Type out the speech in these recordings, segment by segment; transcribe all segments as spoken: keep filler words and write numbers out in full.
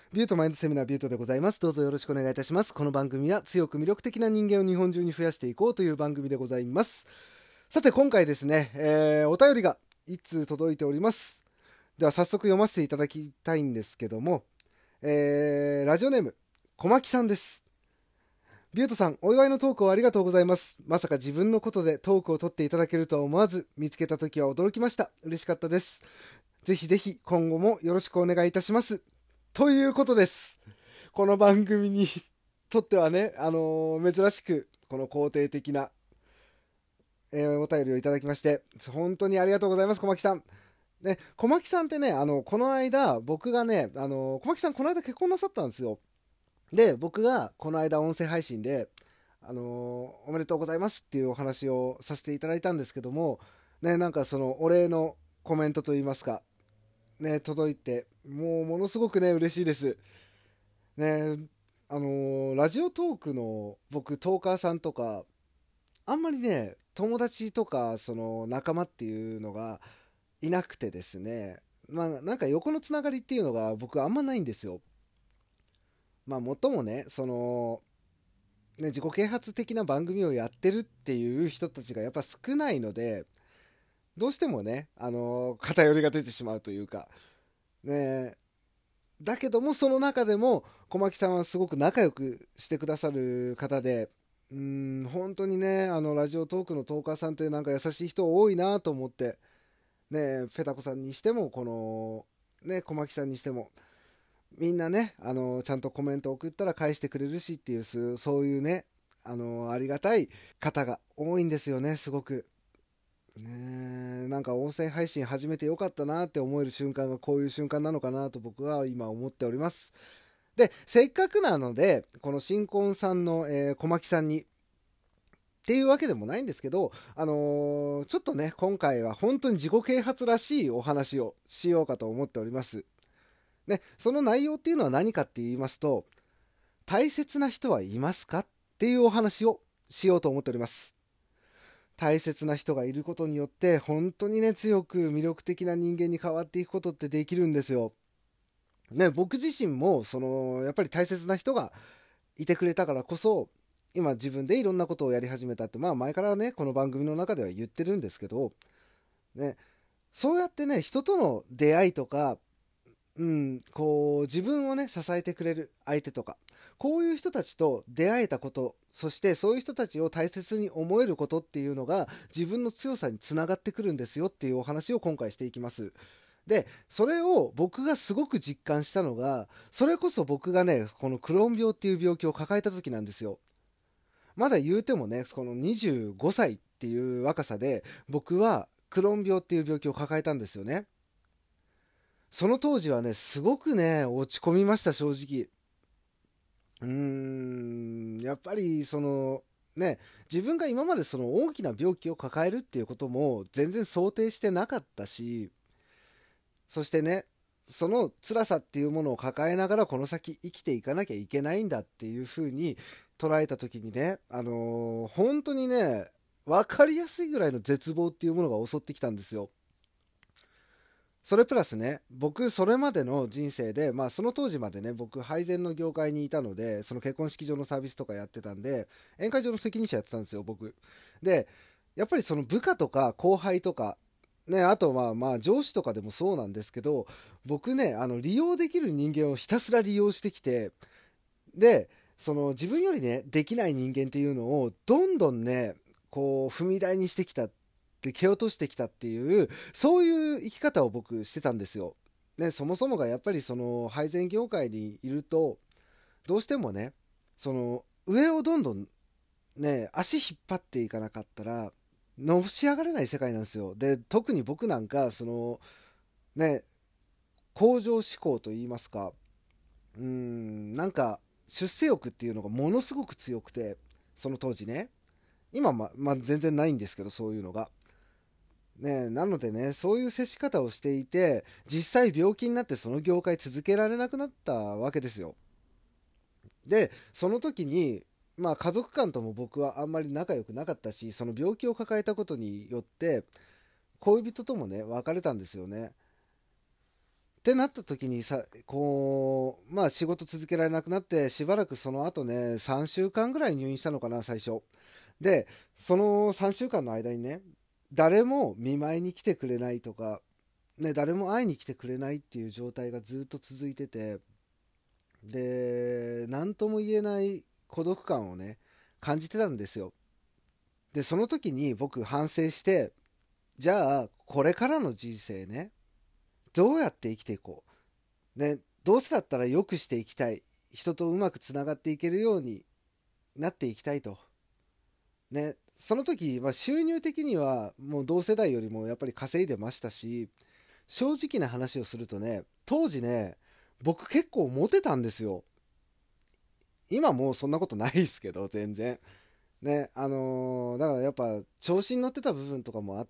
ビュートマインドセミナービュートでございます。どうぞよろしくお願いいたします。この番組は強く魅力的な人間を日本中に増やしていこうという番組でございます。さて今回ですね、えー、お便りがいつ届いております。では早速読ませていただきたいんですけども、えー、ラジオネーム小牧さんです。ビュートさん、お祝いのトークをありがとうございます。まさか自分のことでトークを取っていただけるとは思わず、見つけた時は驚きました。嬉しかったです。ぜひぜひ今後もよろしくお願いいたします。ということです。この番組にとってはね、あのー珍しく、この肯定的な、えーお便りをいただきまして、本当にありがとうございます、小牧さん。ね、小牧さんってね、あの、この間、僕がね、あのー小牧さんこの間結婚なさったんですよ。で、僕がこの間音声配信で、あのーおめでとうございますっていうお話をさせていただいたんですけども、ね、なんかそのお礼のコメントといいますか、ね、届いて、もうものすごくね、嬉しいです。ね、あのーラジオトークの僕、トーカーさんとか、あんまりね、友達とか、その仲間っていうのがいなくてですね、まあなんか横のつながりっていうのが僕あんまないんですよ。まあもっともね、その、ね、自己啓発的な番組をやってるっていう人たちがやっぱ少ないので、どうしてもね、あのー偏りが出てしまうというか、ね、だけどもその中でも小牧さんはすごく仲良くしてくださる方で、うーん、本当にね、あのラジオトークのトーカーさんってなんか優しい人多いなと思って、ね、ペタコさんにしても、この、ね、小牧さんにしても、みんなね、あの、ちゃんとコメント送ったら返してくれるしっていう、すそういうね、あの、ありがたい方が多いんですよね、すごく。ねえ、なんか音声配信始めてよかったなって思える瞬間がこういう瞬間なのかなと僕は今思っております。で、せっかくなので、この新婚さんの、えー小牧さんに、っていうわけでもないんですけど、あのーちょっとね、今回は本当に自己啓発らしいお話をしようかと思っております。ね、その内容っていうのは何かって言いますと、大切な人はいますかっていうお話をしようと思っております。大切な人がいることによって本当にね、強く魅力的な人間に変わっていくことってできるんですよ。ね、僕自身もそのやっぱり大切な人がいてくれたからこそ今自分でいろんなことをやり始めたって、まあ前からねこの番組の中では言ってるんですけど、ね、そうやってね人との出会いとか、うん、こう自分をね支えてくれる相手とか、こういう人たちと出会えたこと、そしてそういう人たちを大切に思えることっていうのが自分の強さにつながってくるんですよっていうお話を今回していきます。で、それを僕がすごく実感したのが、それこそ僕がねこのクローン病っていう病気を抱えた時なんですよ。まだ言うてもねこのにじゅうごさいっていう若さで僕はクローン病っていう病気を抱えたんですよね。その当時はねすごくね落ち込みました、正直。うーん、やっぱりそのね、自分が今までその大きな病気を抱えるっていうことも全然想定してなかったし、そしてね、その辛さっていうものを抱えながらこの先生きていかなきゃいけないんだっていうふうに捉えた時にね、あのー本当にね、分かりやすいぐらいの絶望っていうものが襲ってきたんですよ。それプラスね、僕それまでの人生で、まあその当時までね、僕配膳の業界にいたので、その結婚式場のサービスとかやってたんで、宴会場の責任者やってたんですよ、僕。で、やっぱりその部下とか後輩とか、ね、あとまあまあ上司とかでもそうなんですけど、僕ね、あの利用できる人間をひたすら利用してきて、で、その自分よりね、できない人間っていうのをどんどんね、こう踏み台にしてきたって蹴落としてきたっていう、そういう生き方を僕してたんですよ。ね、そもそもがやっぱりその配膳業界にいると、どうしてもね、その上をどんどんね、足引っ張っていかなかったら、のし上がれない世界なんですよ。で、特に僕なんか、そのね、向上志向と言いますか、うーん、なんか出世欲っていうのがものすごく強くて、その当時ね、今ま、まあ、全然ないんですけど、そういうのが。ね、なのでね、そういう接し方をしていて、実際病気になってその業界続けられなくなったわけですよ。で、その時に、まあ家族間とも僕はあんまり仲良くなかったし、その病気を抱えたことによって、恋人ともね、別れたんですよね。 ってなった時にさ、こう、まあ仕事続けられなくなって、しばらくその後ね、さんしゅうかんぐらい入院したのかな、最初。で、そのさんしゅうかんの間にね、誰も見舞いに来てくれないとか、ね、誰も会いに来てくれないっていう状態がずっと続いてて、で、何とも言えない孤独感をね、感じてたんですよ。で、その時に僕反省して、じゃあ、これからの人生ね、どうやって生きていこう。ね、どうせだったら良くしていきたい。人とうまくつながっていけるようになっていきたいと。ね、その時、まあ、収入的にはもう同世代よりもやっぱり稼いでましたし、正直な話をするとね、当時ね、僕結構モテたんですよ。今もうそんなことないですけど、全然。ね、あのーだからやっぱ調子に乗ってた部分とかもあって、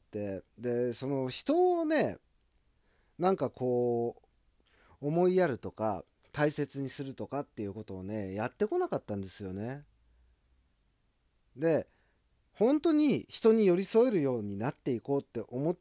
で、その人をね、なんかこう、思いやるとか、大切にするとかっていうことをね、やってこなかったんですよね。で、本当に人に寄り添えるようになっていこうって思って、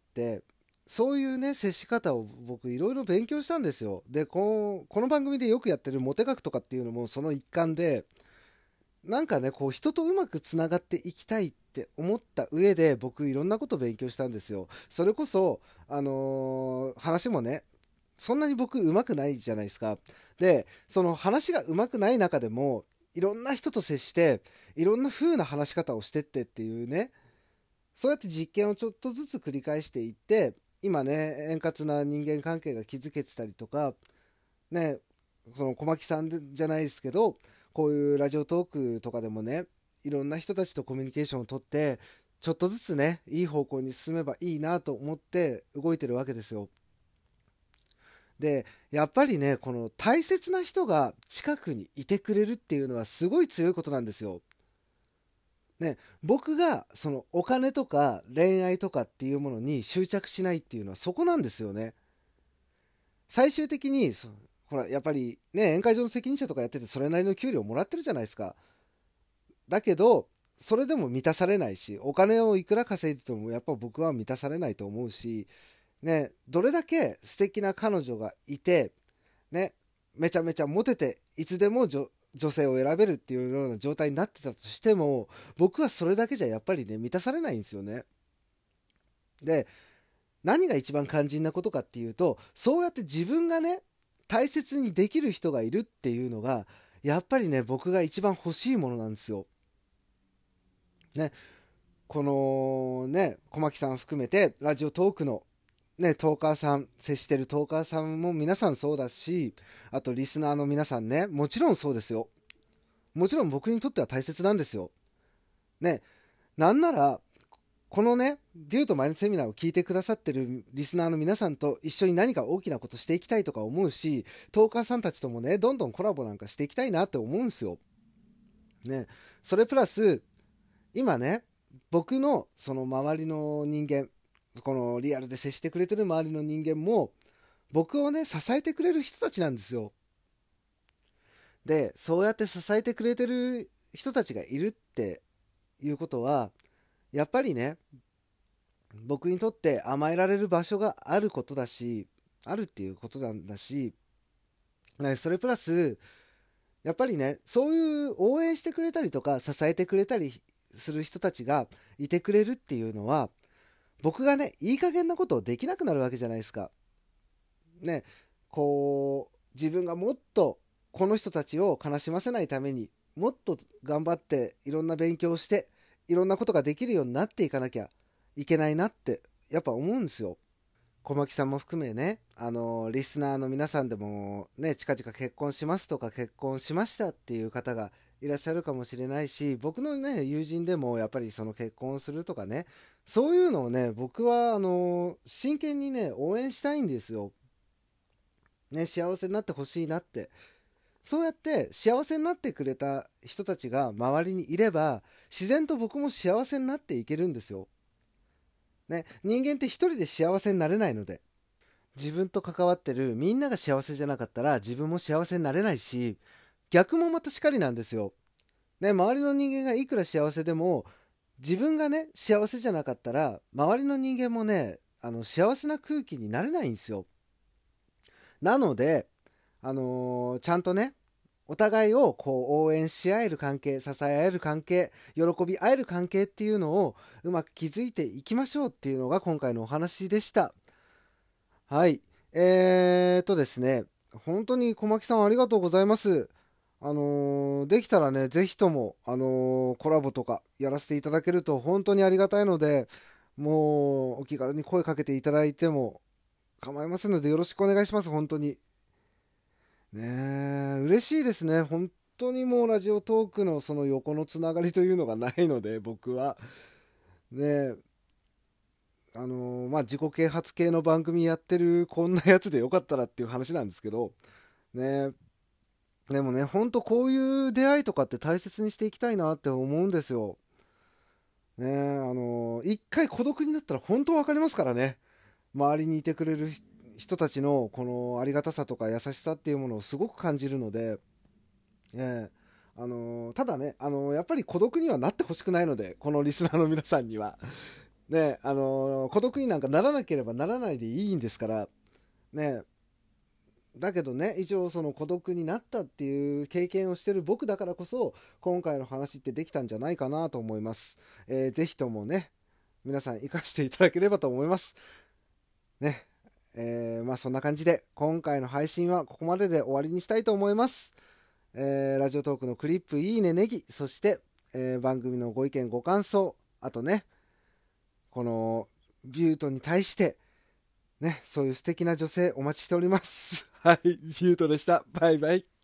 そういうね、接し方を僕いろいろ勉強したんですよ。で、この、この番組でよくやってるモテ学とかっていうのもその一環で、なんかね、こう人とうまくつながっていきたいって思った上で僕いろんなこと勉強したんですよ。それこそ、あのー話もね、そんなに僕上手くないじゃないですか。で、その話が上手くない中でも、いろんな人と接して、いろんな風な話し方をしてってっていうね、そうやって実験をちょっとずつ繰り返していって、今ね、円滑な人間関係が築けてたりとか、ね、その小牧さんじゃないですけど、こういうラジオトークとかでもね、いろんな人たちとコミュニケーションをとって、ちょっとずつね、いい方向に進めばいいなと思って動いてるわけですよ。で、やっぱりね、この大切な人が近くにいてくれるっていうのはすごい強いことなんですよ。ね、僕がそのお金とか恋愛とかっていうものに執着しないっていうのはそこなんですよね。最終的にそほらやっぱりね、宴会場の責任者とかやっててそれなりの給料もらってるじゃないですか。だけどそれでも満たされないし、お金をいくら稼いでてもやっぱ僕は満たされないと思うし、ね、どれだけ素敵な彼女がいてね、めちゃめちゃモテていつでも女女性を選べるっていうような状態になってたとしても、僕はそれだけじゃやっぱりね、満たされないんですよね。で、何が一番肝心なことかっていうと、そうやって自分がね、大切にできる人がいるっていうのが、やっぱりね、僕が一番欲しいものなんですよ。ね、このね、小牧さん含めて、ラジオトークのね、トーカーさん、接してるトーカーさんも皆さんそうだし、あとリスナーの皆さんね、もちろんそうですよ。もちろん僕にとっては大切なんですよ。ね、なんなら、このね、デューとマインドセミナーを聞いてくださってるリスナーの皆さんと一緒に何か大きなことしていきたいとか思うし、トーカーさんたちともね、どんどんコラボなんかしていきたいなって思うんですよ。ね、それプラス、今ね、僕のその周りの人間、このリアルで接してくれてる周りの人間も、僕をね、支えてくれる人たちなんですよ。で、そうやって支えてくれてる人たちがいるっていうことは、やっぱりね、僕にとって甘えられる場所があることだし、あるっていうことなんだし、ね、それプラス、やっぱりね、そういう応援してくれたりとか、支えてくれたりする人たちがいてくれるっていうのは、僕がね、いい加減なことをできなくなるわけじゃないですか。ね、こう、自分がもっとこの人たちを悲しませないためにもっと頑張っていろんな勉強をしていろんなことができるようになっていかなきゃいけないなってやっぱ思うんですよ。小牧さんも含めね、あのリスナーの皆さんでもね、近々結婚しますとか結婚しましたっていう方がいらっしゃるかもしれないし、僕のね友人でもやっぱりその結婚するとかね、そういうのをね、僕はあの真剣にね応援したいんですよ。ね、幸せになってほしいなって。そうやって幸せになってくれた人たちが周りにいれば、自然と僕も幸せになっていけるんですよ。ね、人間って一人で幸せになれないので、自分と関わってるみんなが幸せじゃなかったら自分も幸せになれないし、逆もまたしかりなんですよ。ね、周りの人間がいくら幸せでも、自分がね、幸せじゃなかったら、周りの人間もね、あの幸せな空気になれないんですよ。 なので、あのーちゃんとね、お互いをこう応援し合える関係、支え合える関係、喜び合える関係っていうのをうまく築いていきましょうっていうのが今回のお話でした。はい。えーっとですね、本当に小牧さんありがとうございます。あのーできたらね、ぜひとも、あのーコラボとかやらせていただけると本当にありがたいので、もうお気軽に声かけていただいても構いませんのでよろしくお願いします、本当に。ねえ、嬉しいですね。本当にもうラジオトークのその横のつながりというのがないので、僕は。ねえ、あのーまあ、自己啓発系の番組やってるこんなやつでよかったらっていう話なんですけど、ねえ、でもね、本当こういう出会いとかって大切にしていきたいなって思うんですよ。ねえ、あのー一回孤独になったら本当わかりますからね。周りにいてくれる人たちのこのありがたさとか優しさっていうものをすごく感じるので、ええ、あのーただね、あのーやっぱり孤独にはなってほしくないので、このリスナーの皆さんには。ね、あのー孤独になんかならなければならないでいいんですから、ね、だけどね、一応その孤独になったっていう経験をしてる僕だからこそ、今回の話ってできたんじゃないかなと思います。えーぜひともね、皆さん活かしていただければと思います。ね、えーまあそんな感じで、今回の配信はここまでで終わりにしたいと思います。えーラジオトークのクリップ、いいね、ネギ、そして、えー番組のご意見、ご感想、あとね、このビュートに対して、ね、そういう素敵な女性お待ちしております。はい、ビュートでした。バイバイ。